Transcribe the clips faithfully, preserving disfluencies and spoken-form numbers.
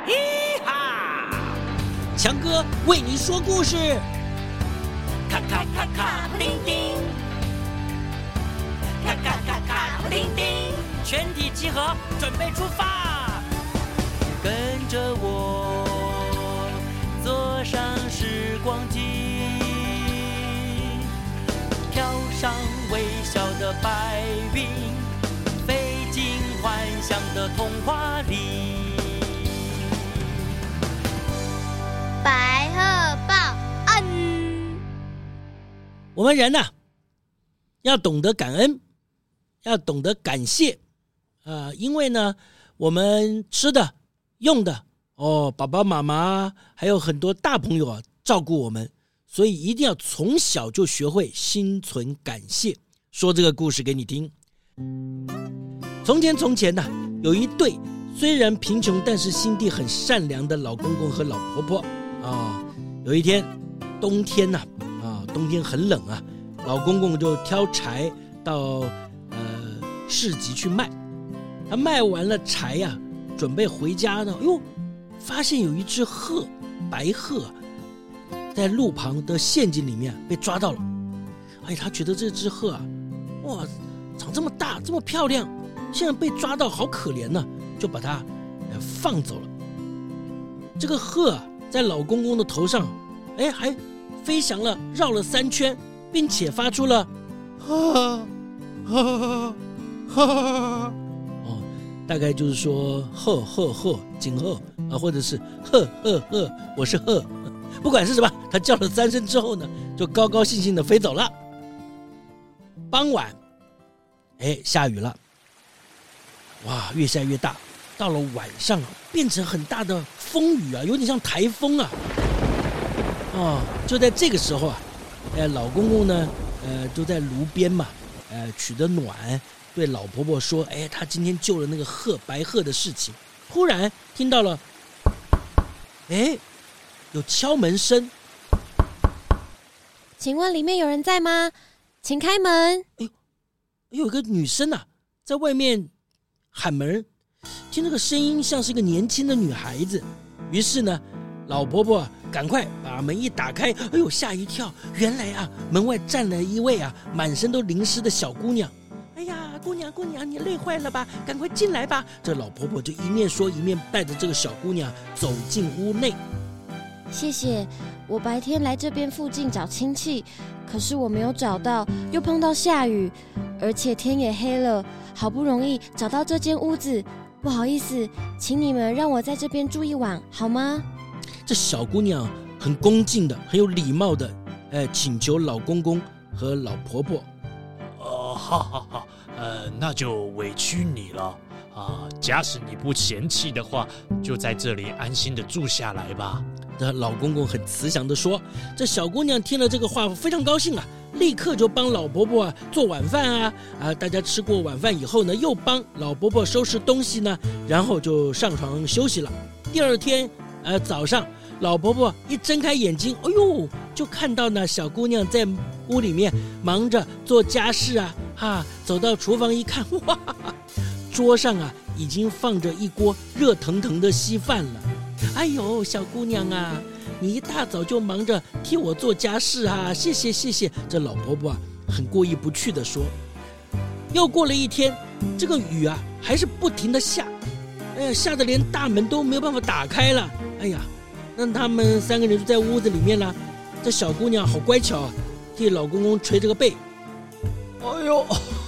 嘿哈！强哥为你说故事。 咔咔咔咔布丁丁，咔咔咔咔布丁丁， 全体集合，准备出发。跟着我，坐上时光机，跳上微笑的白云，飞进幻想的童话里。 白鹤报恩。 我们人呢、啊，要懂得感恩，要懂得感谢啊、呃，因为呢，我们吃的、用的哦，爸爸妈妈还有很多大朋友啊照顾我们，所以一定要从小就学会心存感谢。说这个故事给你听。从前从前呢、啊，有一对虽然贫穷但是心地很善良的老公公和老婆婆啊。有一天冬天呢、啊，啊，冬天很冷啊，老公公就挑柴到呃市集去卖。他卖完了柴呀、啊，准备回家呢，哎呦，发现有一只鹤，白鹤，在路旁的陷阱里面被抓到了。哎，他觉得这只鹤啊，哇，长这么大，这么漂亮，现在被抓到，好可怜呢、啊，就把它呃放走了。这个鹤啊，在老公公的头上，哎，还飞翔了，绕了三圈，并且发出了哈哈哈哦，大概就是说鹤鹤鹤，锦鹤啊，或者是鹤鹤鹤，我是鹤，不管是什么，他叫了三声之后呢，就高高兴兴的飞走了。傍晚，哎，下雨了，哇，越下越大，到了晚上啊，变成很大的风雨啊，有点像台风啊。哦，就在这个时候啊，呃，老公公呢，呃，就在炉边嘛，呃，取得暖，对老婆婆说，哎，他今天救了那个鹤白鹤的事情。忽然听到了，哎，有敲门声。 请问里面有人在吗？请开门。 哎，有一个女生啊，在外面喊门，听这个声音像是一个年轻的女孩子。于是呢，老婆婆赶快把门一打开，哎呦，吓一跳！原来啊，门外站了一位啊，满身都淋湿的小姑娘。哎呀，姑娘姑娘，你累坏了吧？赶快进来吧！这老婆婆就一面说，一面带着这个小姑娘走进屋内。 谢谢，我白天来这边附近找亲戚，可是我没有找到，又碰到下雨，而且天也黑了，好不容易找到这间屋子，不好意思，请你们让我在这边住一晚好吗？ 这小姑娘很恭敬的，很有礼貌的，呃，请求老公公和老婆婆。 哦，哈哈哈，呃，那就委屈你了啊！假使你不嫌弃的话，就在这里安心的住下来吧。 这老公公很慈祥的说。这小姑娘听了这个话非常高兴啊，立刻就帮老婆婆啊做晚饭啊啊！大家吃过晚饭以后呢，又帮老婆婆收拾东西呢，然后就上床休息了。第二天呃早上，老婆婆一睁开眼睛，哎呦，就看到呢小姑娘在屋里面忙着做家事啊，哈，走到厨房一看，哇，桌上啊已经放着一锅热腾腾的稀饭了。哎呦，小姑娘啊，你一大早就忙着替我做家事啊，谢谢谢谢。这老婆婆啊很过意不去地说。又过了一天，这个雨啊还是不停地下，哎呀，下得连大门都没有办法打开了。哎呀，那他们三个人就在屋子里面了。这小姑娘好乖巧啊，替老公公捶这个背。 哎呦，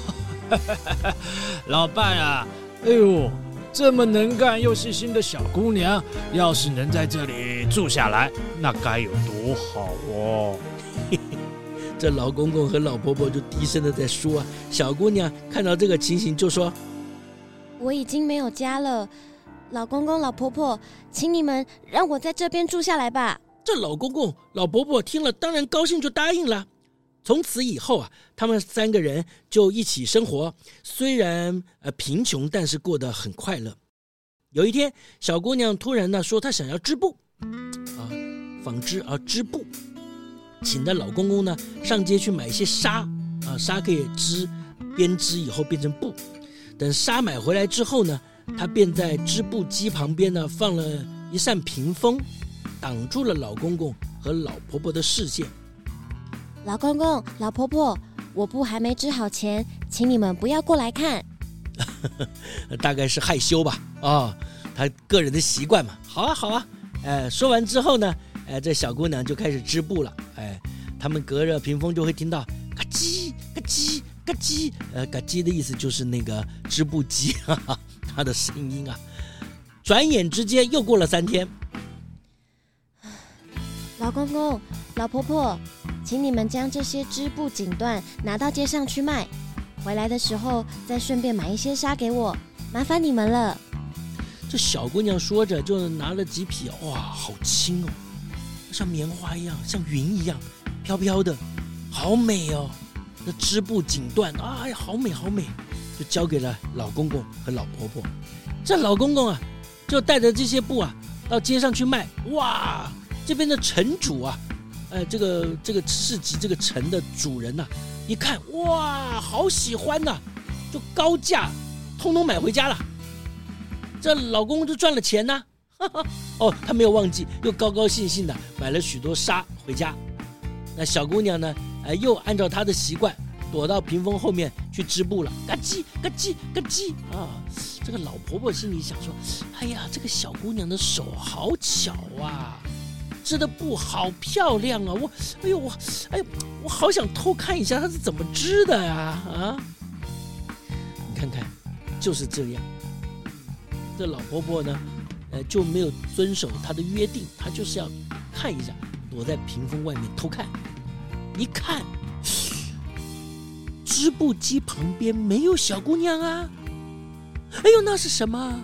老伴啊，哎呦，这么能干又细心的小姑娘，要是能在这里住下来，那该有多好哦！ 这老公公和老婆婆就低声的在说啊。小姑娘看到这个情形就说：“ 我已经没有家了，老公公、老婆婆，请你们让我在这边住下来吧。” 这老公公、老婆婆听了，当然高兴，就答应了。从此以后啊，他们三个人就一起生活，虽然呃贫穷，但是过得很快乐。有一天，小姑娘突然呢说她想要织布，啊，纺织啊织布，请的老公公呢上街去买一些纱，啊，纱可以织，编织以后变成布。等纱买回来之后呢，他便在织布机旁边呢放了一扇屏风挡住了老公公和老婆婆的视线。 老公公、老婆婆，我布还没织好前，请你们不要过来看。 大概是害羞吧，啊、哦，他个人的习惯嘛。好啊，好啊。哎，说完之后呢，哎，这小姑娘就开始织布了。哎，他们隔着屏风就会听到嘎叽嘎叽嘎叽，呃，嘎叽的意思就是那个织布机，哈哈，它的声音啊。转眼之间又过了三天。 老公公、老婆婆，请你们将这些织布锦缎拿到街上去卖，回来的时候再顺便买一些纱给我，麻烦你们了。 这小姑娘说着，就拿了几匹，哇，好轻哦，像棉花一样，像云一样，飘飘的，好美哦。那织布锦缎，哎呀，好美好美，就交给了老公公和老婆婆。这老公公啊，就带着这些布啊，到街上去卖。哇，这边的城主啊，呃，这个这个市集这个城的主人呐、啊，一看，哇，好喜欢呐、啊，就高价，通通买回家了。这老公公就赚了钱呢、啊，哦，他没有忘记，又高高兴兴的买了许多纱回家。那小姑娘呢，呃，又按照她的习惯，躲到屏风后面去织布了，嘎叽嘎叽嘎叽啊！这个老婆婆心里想说：“哎呀，这个小姑娘的手好巧啊，织的布好漂亮啊！我，哎呦我，哎呦，我好想偷看一下她是怎么织的呀！啊，你看看，就是这样。”这老婆婆呢，呃，就没有遵守她的约定，她就是要看一下，躲在屏风外面偷看。一看，织布机旁边没有小姑娘啊！哎呦，那是什么？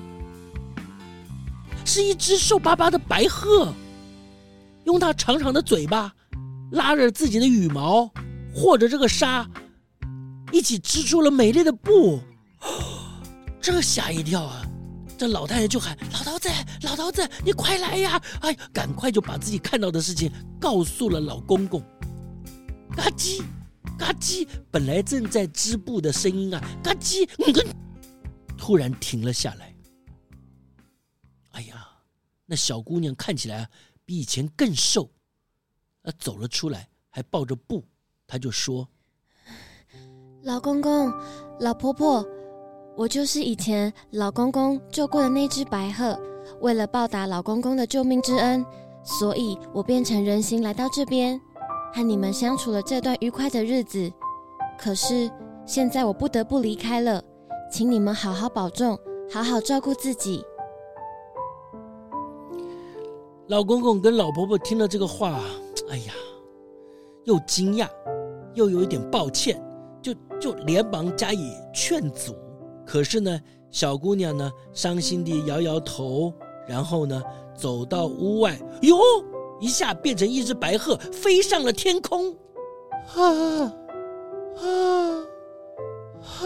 是一只瘦巴巴的白鹤，用它长长的嘴巴拉着自己的羽毛，和着这个纱，一起织出了美丽的布。这吓一跳啊！这老太太就喊：“老头子，老头子，你快来呀！”哎，赶快就把自己看到的事情告诉了老公公。嘎叽，嘎叽，本来正在织布的声音啊，嘎叽，嗯，突然停了下来。哎呀，那小姑娘看起来比以前更瘦，她走了出来，还抱着布，她就说：“ 老公公，老婆婆。”我就是以前老公公救过的那只白鹤，为了报答老公公的救命之恩，所以我变成人形来到这边，和你们相处了这段愉快的日子。可是现在我不得不离开了，请你们好好保重，好好照顾自己。 老公公跟老婆婆听了这个话，哎呀，又惊讶，又有一点抱歉，就就连忙加以劝阻。可是呢，小姑娘呢，伤心地摇摇头，然后呢，走到屋外，哟，一下变成一只白鹤，飞上了天空。啊啊啊！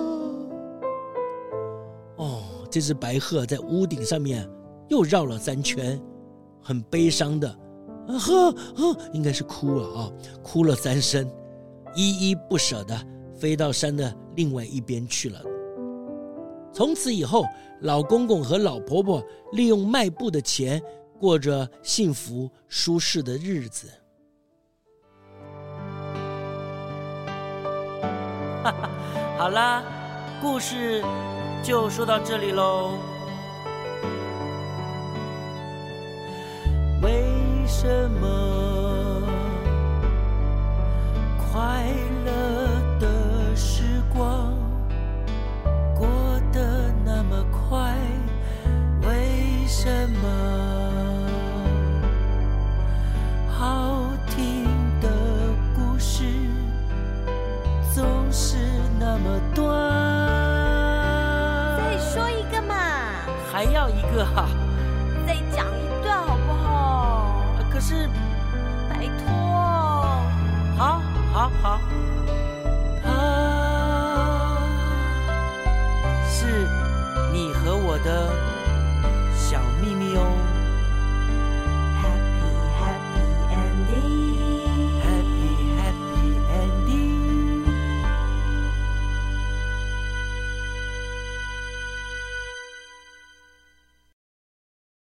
哦，这只白鹤在屋顶上面又绕了三圈，很悲伤的，啊呵呵，应该是哭了啊，哭了三声，依依不舍的飞到山的另外一边去了。从此以后，老公公和老婆婆利用卖布的钱，过着幸福舒适的日子。 好啦，故事就说到这里喽。为什么快乐的时光过得那么快？为什么好听的故事总是那么短？ 再说一个嘛， 还要一个哈、啊？ 再讲一段好不好？ 可是， 拜托。 好，好，好。它是你和我的小秘密哦。